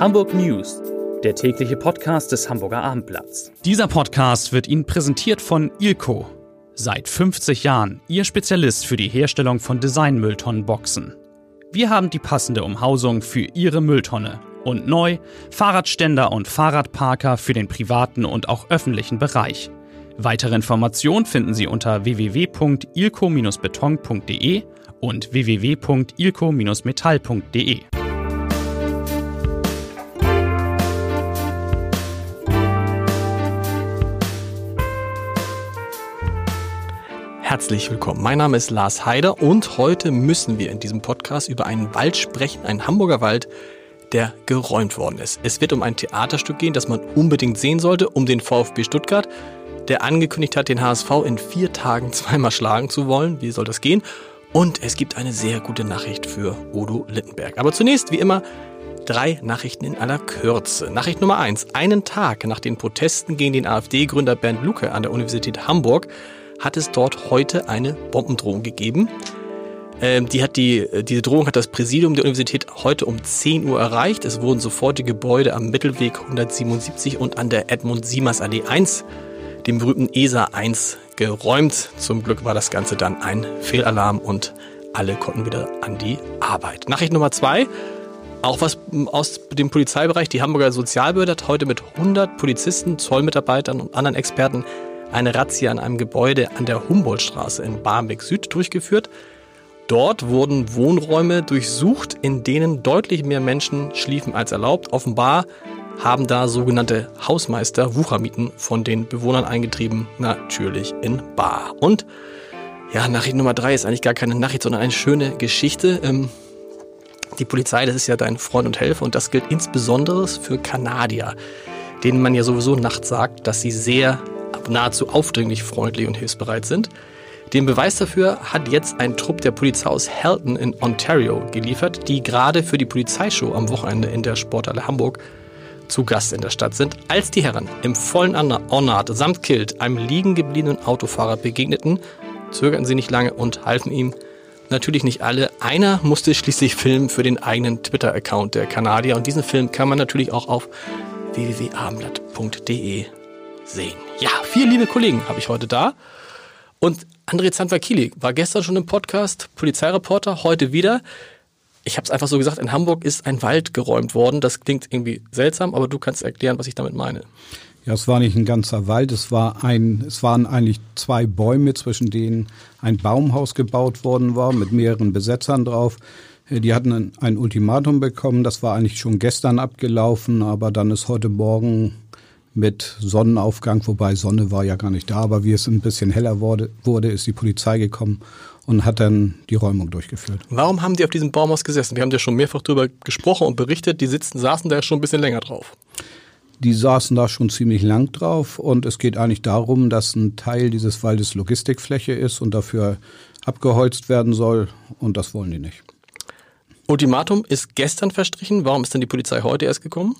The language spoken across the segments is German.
Hamburg News, der tägliche Podcast des Hamburger Abendblatts. Dieser Podcast wird Ihnen präsentiert von Ilco. Seit 50 Jahren Ihr Spezialist für die Herstellung von Design-Mülltonnenboxen. Wir haben die passende Umhausung für Ihre Mülltonne. Und neu Fahrradständer und Fahrradparker für den privaten und auch öffentlichen Bereich. Weitere Informationen finden Sie unter www.ilco-beton.de und www.ilco-metall.de. Herzlich willkommen. Mein Name ist Lars Heider und heute müssen wir in diesem Podcast über einen Wald sprechen, einen Hamburger Wald, der geräumt worden ist. Es wird um ein Theaterstück gehen, das man unbedingt sehen sollte, um den VfB Stuttgart, der angekündigt hat, den HSV in 4 Tagen zweimal schlagen zu wollen. Wie soll das gehen? Und es gibt eine sehr gute Nachricht für Udo Lindenberg. Aber zunächst, wie immer, 3 Nachrichten in aller Kürze. Nachricht Nummer 1. Einen Tag nach den Protesten gegen den AfD-Gründer Bernd Lucke an der Universität Hamburg hat es dort heute eine Bombendrohung gegeben. Diese Drohung hat das Präsidium der Universität heute um 10 Uhr erreicht. Es wurden sofort die Gebäude am Mittelweg 177 und an der Edmund-Siemers-Allee 1, dem berühmten ESA 1, geräumt. Zum Glück war das Ganze dann ein Fehlalarm und alle konnten wieder an die Arbeit. Nachricht Nummer 2, auch was aus dem Polizeibereich. Die Hamburger Sozialbehörde hat heute mit 100 Polizisten, Zollmitarbeitern und anderen Experten eine Razzia an einem Gebäude an der Humboldtstraße in Barmbek Süd durchgeführt. Dort wurden Wohnräume durchsucht, in denen deutlich mehr Menschen schliefen als erlaubt. Offenbar haben da sogenannte Hausmeister Wuchermieten von den Bewohnern eingetrieben, natürlich in bar. Und ja, Nachricht Nummer 3 ist eigentlich gar keine Nachricht, sondern eine schöne Geschichte. Die Polizei, das ist ja dein Freund und Helfer und das gilt insbesondere für Kanadier, denen man ja sowieso nachts sagt, dass sie sehr nahezu aufdringlich freundlich und hilfsbereit sind. Den Beweis dafür hat jetzt ein Trupp der Polizei aus Halton in Ontario geliefert, die gerade für die Polizeishow am Wochenende in der Sporthalle Hamburg zu Gast in der Stadt sind. Als die Herren im vollen Ornat samt Kilt einem liegen gebliebenen Autofahrer begegneten, zögerten sie nicht lange und halfen ihm. Natürlich nicht alle. Einer musste schließlich filmen für den eigenen Twitter-Account der Kanadier und diesen Film kann man natürlich auch auf www.abendblatt.de sehen. Ja, 4 liebe Kollegen habe ich heute da. Und André Zanfakili war gestern schon im Podcast, Polizeireporter, heute wieder. Ich habe es einfach so gesagt, in Hamburg ist ein Wald geräumt worden. Das klingt irgendwie seltsam, aber du kannst erklären, was ich damit meine. Ja, es war nicht ein ganzer Wald, es waren eigentlich 2 Bäume, zwischen denen ein Baumhaus gebaut worden war, mit mehreren Besetzern drauf. Die hatten ein Ultimatum bekommen, das war eigentlich schon gestern abgelaufen, aber dann ist heute Morgen mit Sonnenaufgang, wobei Sonne war ja gar nicht da, aber wie es ein bisschen heller wurde, ist die Polizei gekommen und hat dann die Räumung durchgeführt. Warum haben die auf diesem Baumhaus gesessen? Wir haben ja schon mehrfach darüber gesprochen und berichtet, die saßen da schon ein bisschen länger drauf. Die saßen da schon ziemlich lang drauf und es geht eigentlich darum, dass ein Teil dieses Waldes Logistikfläche ist und dafür abgeholzt werden soll und das wollen die nicht. Ultimatum ist gestern verstrichen. Warum ist denn die Polizei heute erst gekommen?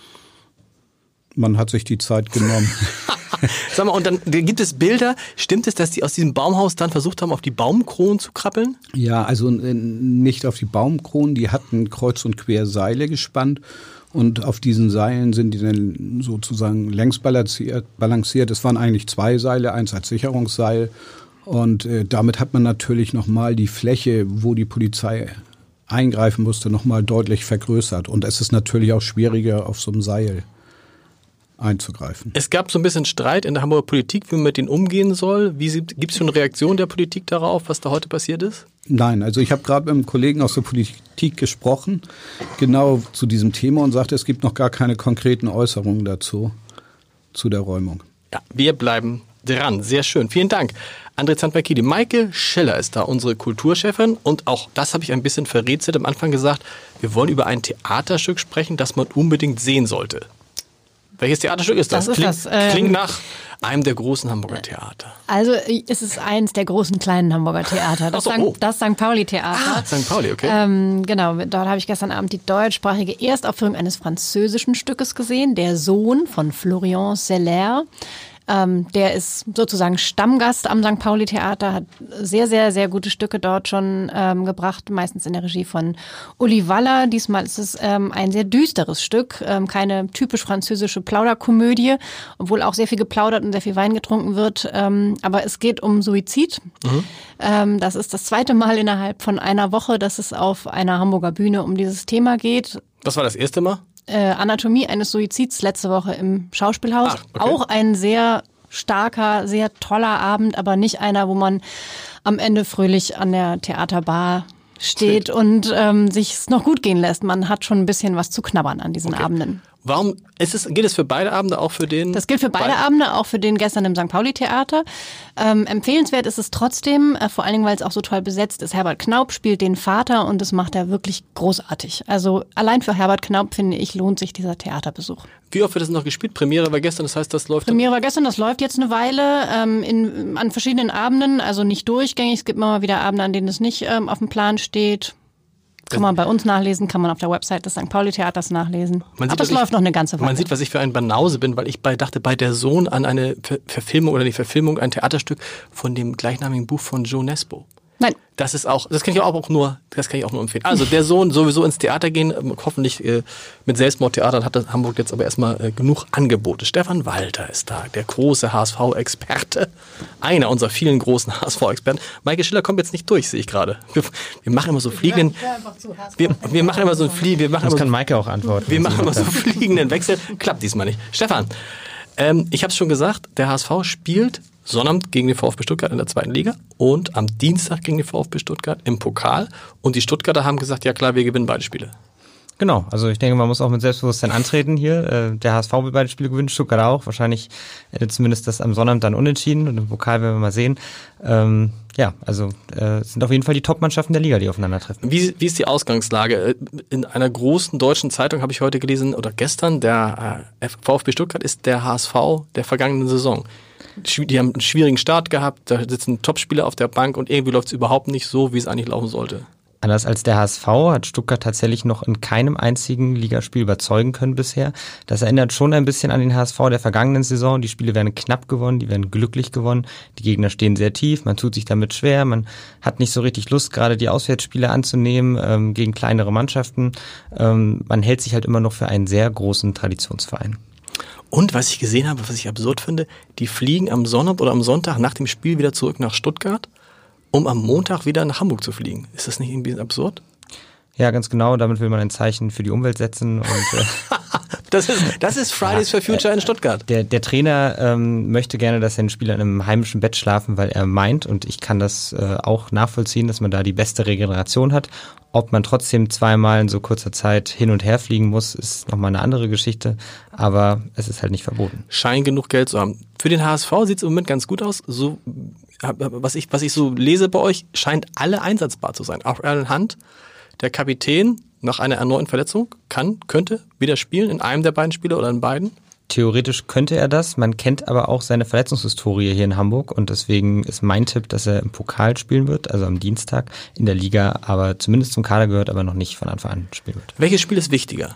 Man hat sich die Zeit genommen. Sag mal, und dann gibt es Bilder. Stimmt es, dass die aus diesem Baumhaus dann versucht haben, auf die Baumkronen zu krabbeln? Ja, also nicht auf die Baumkronen. Die hatten kreuz und quer Seile gespannt. Und auf diesen Seilen sind die dann sozusagen längs balanciert. Es waren eigentlich 2 Seile, eins als Sicherungsseil. Und damit hat man natürlich nochmal die Fläche, wo die Polizei eingreifen musste, nochmal deutlich vergrößert. Und es ist natürlich auch schwieriger auf so einem Seil einzugreifen. Es gab so ein bisschen Streit in der Hamburger Politik, wie man mit denen umgehen soll. Gibt es schon eine Reaktion der Politik darauf, was da heute passiert ist? Nein, also ich habe gerade mit einem Kollegen aus der Politik gesprochen, genau zu diesem Thema und sagte, es gibt noch gar keine konkreten Äußerungen dazu, zu der Räumung. Ja, wir bleiben dran. Sehr schön. Vielen Dank. André Zanfakili. Maike Schiller ist da, unsere Kulturchefin. Und auch das habe ich ein bisschen verrätselt am Anfang gesagt. Wir wollen über ein Theaterstück sprechen, das man unbedingt sehen sollte. Welches Theaterstück ist das? Klingt nach einem der großen Hamburger Theater. Also es ist eins der großen kleinen Hamburger Theater. Das St. Pauli-Theater. St. Pauli, okay. Genau, dort habe ich gestern Abend die deutschsprachige Erstaufführung eines französischen Stückes gesehen. Der Sohn von Florian Zeller. Der ist sozusagen Stammgast am St. Pauli Theater, hat sehr, sehr, sehr gute Stücke dort schon gebracht, meistens in der Regie von Uli Waller. Diesmal ist es ein sehr düsteres Stück, keine typisch französische Plauderkomödie, obwohl auch sehr viel geplaudert und sehr viel Wein getrunken wird. Aber es geht um Suizid. Das ist das zweite Mal innerhalb von einer Woche, dass es auf einer Hamburger Bühne um dieses Thema geht. Was war das erste Mal? Anatomie eines Suizids letzte Woche im Schauspielhaus. Okay. Auch ein sehr starker, sehr toller Abend, aber nicht einer, wo man am Ende fröhlich an der Theaterbar steht und sich es noch gut gehen lässt. Man hat schon ein bisschen was zu knabbern an diesen Abenden. Warum geht es für beide Abende, auch für den? Das gilt für beide Abende, auch für den gestern im St. Pauli Theater. Empfehlenswert ist es trotzdem, vor allen Dingen, weil es auch so toll besetzt ist. Herbert Knaup spielt den Vater und das macht er wirklich großartig. Also allein für Herbert Knaup, finde ich, lohnt sich dieser Theaterbesuch. Wie oft wird das noch gespielt? Premiere war gestern, das heißt, das läuft... Premiere war gestern, das läuft jetzt eine Weile an verschiedenen Abenden, also nicht durchgängig. Es gibt immer mal wieder Abende, an denen es nicht auf dem Plan steht. Kann man bei uns nachlesen, kann man auf der Website des St. Pauli Theaters nachlesen. Aber es läuft noch eine ganze Weile. Man sieht, was ich für ein Banause bin, weil ich dachte bei Der Sohn an eine Verfilmung oder die Verfilmung, ein Theaterstück von dem gleichnamigen Buch von Joe Nesbo. Nein. Das kann ich auch nur empfehlen. Also Der Sohn sowieso ins Theater gehen, hoffentlich mit Selbstmordtheatern hat Hamburg jetzt aber erstmal genug Angebote. Stefan Walter ist da, der große HSV-Experte, einer unserer vielen großen HSV-Experten. Maike Schiller kommt jetzt nicht durch, sehe ich gerade. Wir machen immer so fliegenden, wir machen immer so einen fliegenden Wechsel. Klappt diesmal nicht. Stefan, ich habe es schon gesagt, der HSV spielt Sonnabend gegen den VfB Stuttgart in der 2. Liga und am Dienstag gegen den VfB Stuttgart im Pokal. Und die Stuttgarter haben gesagt, ja klar, wir gewinnen beide Spiele. Genau, also ich denke, man muss auch mit Selbstbewusstsein antreten hier. Der HSV will beide Spiele gewinnen, Stuttgart auch. Wahrscheinlich zumindest das am Sonnabend dann unentschieden und im Pokal werden wir mal sehen. Sind auf jeden Fall die Top-Mannschaften der Liga, die aufeinandertreffen. Wie ist die Ausgangslage? In einer großen deutschen Zeitung habe ich heute gelesen, oder gestern, der VfB Stuttgart ist der HSV der vergangenen Saison. Die haben einen schwierigen Start gehabt, da sitzen Topspieler auf der Bank und irgendwie läuft es überhaupt nicht so, wie es eigentlich laufen sollte. Anders als der HSV hat Stuttgart tatsächlich noch in keinem einzigen Ligaspiel überzeugen können bisher. Das erinnert schon ein bisschen an den HSV der vergangenen Saison. Die Spiele werden knapp gewonnen, die werden glücklich gewonnen. Die Gegner stehen sehr tief, man tut sich damit schwer, man hat nicht so richtig Lust, gerade die Auswärtsspiele anzunehmen gegen kleinere Mannschaften. Man hält sich halt immer noch für einen sehr großen Traditionsverein. Und was ich gesehen habe, was ich absurd finde, die fliegen am Sonntag oder am Sonntag nach dem Spiel wieder zurück nach Stuttgart, um am Montag wieder nach Hamburg zu fliegen. Ist das nicht irgendwie absurd? Ja, ganz genau. Damit will man ein Zeichen für die Umwelt setzen. Und das ist Fridays for Future in Stuttgart. Der Trainer möchte gerne, dass seine Spieler in einem heimischen Bett schlafen, weil er meint, und ich kann das auch nachvollziehen, dass man da die beste Regeneration hat. Ob man trotzdem zweimal in so kurzer Zeit hin und her fliegen muss, ist nochmal eine andere Geschichte. Aber es ist halt nicht verboten. Scheint genug Geld zu haben. Für den HSV sieht es im Moment ganz gut aus. So, was ich so lese bei euch, scheint alle einsatzbar zu sein. Auch Erlen Hunt, der Kapitän, nach einer erneuten Verletzung, könnte wieder spielen in einem der beiden Spiele oder in beiden. Theoretisch könnte er das, man kennt aber auch seine Verletzungshistorie hier in Hamburg und deswegen ist mein Tipp, dass er im Pokal spielen wird, also am Dienstag in der Liga, aber zumindest zum Kader gehört, aber noch nicht von Anfang an spielen wird. Welches Spiel ist wichtiger?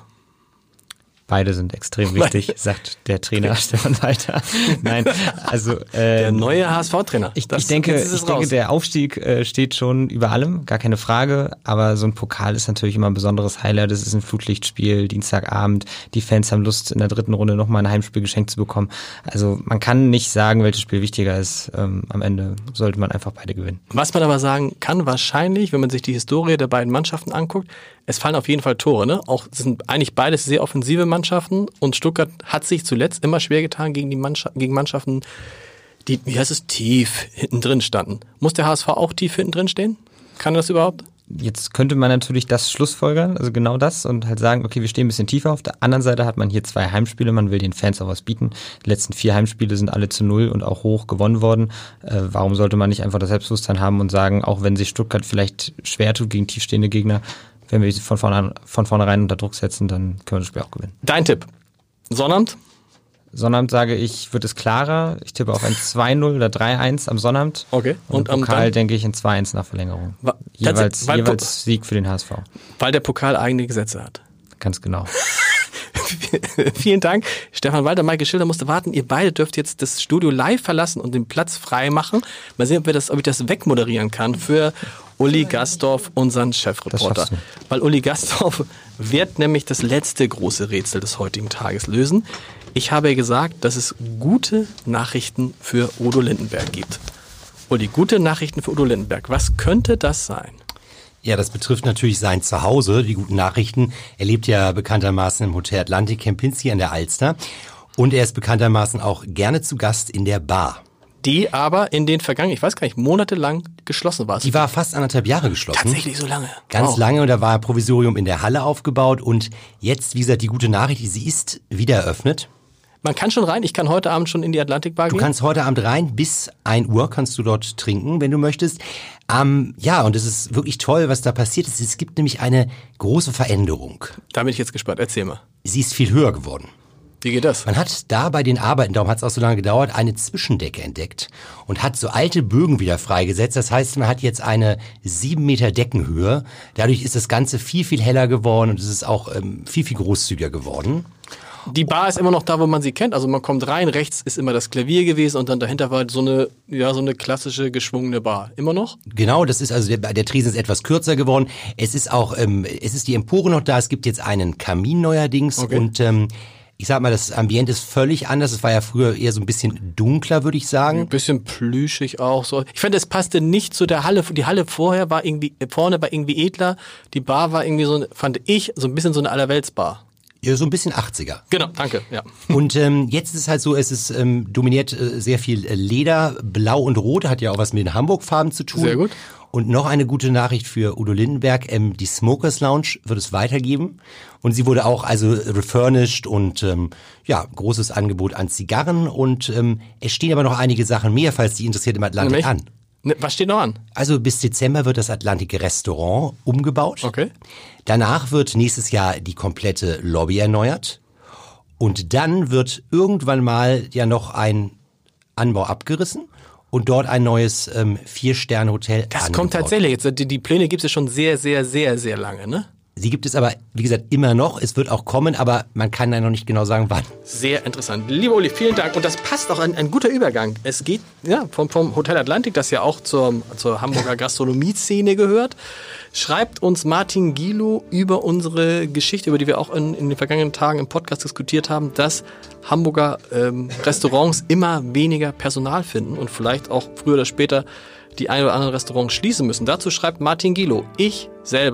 Beide sind extrem wichtig, sagt der Trainer Stefan Walter. Nein, also der neue HSV-Trainer. Ich denke, der Aufstieg steht schon über allem, gar keine Frage. Aber so ein Pokal ist natürlich immer ein besonderes Highlight. Es ist ein Flutlichtspiel, Dienstagabend. Die Fans haben Lust, in der 3. Runde nochmal ein Heimspiel geschenkt zu bekommen. Also man kann nicht sagen, welches Spiel wichtiger ist. Am Ende sollte man einfach beide gewinnen. Was man aber sagen kann, wahrscheinlich, wenn man sich die Historie der beiden Mannschaften anguckt, es fallen auf jeden Fall Tore, ne? Auch sind eigentlich beides sehr offensive Mannschaften und Stuttgart hat sich zuletzt immer schwer getan gegen Mannschaften, die, tief hinten drin standen. Muss der HSV auch tief hinten drin stehen? Kann das überhaupt? Jetzt könnte man natürlich das schlussfolgern, also genau das und halt sagen, okay, wir stehen ein bisschen tiefer. Auf der anderen Seite hat man hier 2 Heimspiele, man will den Fans auch was bieten. Die letzten 4 Heimspiele sind alle zu 0 und auch hoch gewonnen worden. Warum sollte man nicht einfach das Selbstbewusstsein haben und sagen, auch wenn sich Stuttgart vielleicht schwer tut gegen tiefstehende Gegner, wenn wir sie von vornherein unter Druck setzen, dann können wir das Spiel auch gewinnen. Dein Tipp? Sonnabend? Sonnabend sage ich, wird es klarer. Ich tippe auf ein 2-0 oder 3-1 am Sonnabend. Okay. Und im Pokal denke ich ein 2-1 nach Verlängerung. Jeweils Sieg für den HSV. Weil der Pokal eigene Gesetze hat. Ganz genau. Vielen Dank. Stefan Walter, Maike Schilder musste warten. Ihr beide dürft jetzt das Studio live verlassen und den Platz frei machen. Mal sehen, ob ich das wegmoderieren kann für Uli Gastorf, unseren Chefreporter. Weil Uli Gastorf wird nämlich das letzte große Rätsel des heutigen Tages lösen. Ich habe ja gesagt, dass es gute Nachrichten für Udo Lindenberg gibt. Uli, gute Nachrichten für Udo Lindenberg. Was könnte das sein? Ja, das betrifft natürlich sein Zuhause, die guten Nachrichten. Er lebt ja bekanntermaßen im Hotel Atlantik Kempinski an der Alster. Und er ist bekanntermaßen auch gerne zu Gast in der Bar. Die aber in den vergangenen, ich weiß gar nicht, monatelang geschlossen war. Die war fast 1,5 Jahre geschlossen. Tatsächlich so lange? Ganz lange, und da war ein Provisorium in der Halle aufgebaut. Und jetzt, wie gesagt, die gute Nachricht, sie ist wieder eröffnet. Man kann schon rein, ich kann heute Abend schon in die Atlantikbar gehen. Du kannst heute Abend rein, bis 1 Uhr kannst du dort trinken, wenn du möchtest. Ja, und es ist wirklich toll, was da passiert ist. Es gibt nämlich eine große Veränderung. Da bin ich jetzt gespannt, erzähl mal. Sie ist viel höher geworden. Wie geht das? Man hat da bei den Arbeiten, darum hat es auch so lange gedauert, eine Zwischendecke entdeckt und hat so alte Bögen wieder freigesetzt. Das heißt, man hat jetzt eine 7 Meter Deckenhöhe. Dadurch ist das Ganze viel, viel heller geworden und es ist auch viel, viel großzügiger geworden. Die Bar ist immer noch da, wo man sie kennt. Also man kommt rein, rechts ist immer das Klavier gewesen und dann dahinter war so eine klassische geschwungene Bar. Immer noch? Genau, das ist also der Tresen ist etwas kürzer geworden. Es ist auch, es ist die Empore noch da. Es gibt jetzt einen Kamin neuerdings und ich sag mal, das Ambiente ist völlig anders. Es war ja früher eher so ein bisschen dunkler, würde ich sagen. Ein bisschen plüschig auch so. Ich fand, es passte nicht zu der Halle. Die Halle vorne war irgendwie edler. Die Bar war irgendwie fand ich, so ein bisschen so eine Allerweltsbar. Ja, so ein bisschen 80er. Genau, danke, ja. Und jetzt ist es halt so, es ist dominiert sehr viel Leder, Blau und Rot, hat ja auch was mit den Hamburg-Farben zu tun. Sehr gut. Und noch eine gute Nachricht für Udo Lindenberg, die Smokers Lounge wird es weitergeben. Und sie wurde auch also refurnished und großes Angebot an Zigarren. Und es stehen aber noch einige Sachen mehr, falls die interessiert, im Atlantik an. Was steht noch an? Also bis Dezember wird das Atlantik Restaurant umgebaut. Okay. Danach wird nächstes Jahr die komplette Lobby erneuert. Und dann wird irgendwann mal ja noch ein Anbau abgerissen und dort ein neues 4-Sterne-Hotel Das angebaut. kommt tatsächlich jetzt. Die Pläne gibt es schon sehr, sehr, sehr, sehr lange, ne? Sie gibt es aber, wie gesagt, immer noch. Es wird auch kommen, aber man kann da noch nicht genau sagen, wann. Sehr interessant. Lieber Uli, vielen Dank. Und das passt auch ein guter Übergang. Es geht vom Hotel Atlantik, das ja auch zur Hamburger Gastronomie-Szene gehört, schreibt uns Martin Gilo über unsere Geschichte, über die wir auch in den vergangenen Tagen im Podcast diskutiert haben, dass Hamburger Restaurants immer weniger Personal finden und vielleicht auch früher oder später die ein oder anderen Restaurants schließen müssen. Dazu schreibt Martin Gilo: Ich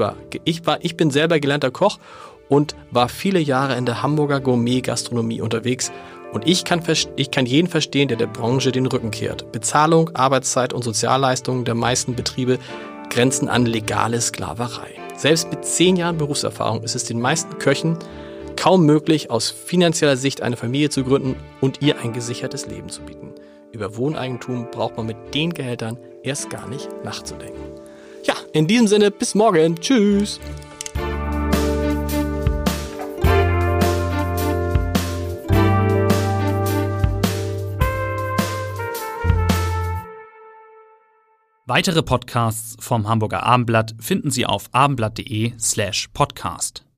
bin selber gelernter Koch und war viele Jahre in der Hamburger Gourmet-Gastronomie unterwegs. Und ich kann jeden verstehen, der Branche den Rücken kehrt. Bezahlung, Arbeitszeit und Sozialleistungen der meisten Betriebe grenzen an legale Sklaverei. Selbst mit 10 Jahren Berufserfahrung ist es den meisten Köchen kaum möglich, aus finanzieller Sicht eine Familie zu gründen und ihr ein gesichertes Leben zu bieten. Über Wohneigentum braucht man mit den Gehältern erst gar nicht nachzudenken. Ja, in diesem Sinne, bis morgen. Tschüss. Weitere Podcasts vom Hamburger Abendblatt finden Sie auf abendblatt.de/podcast.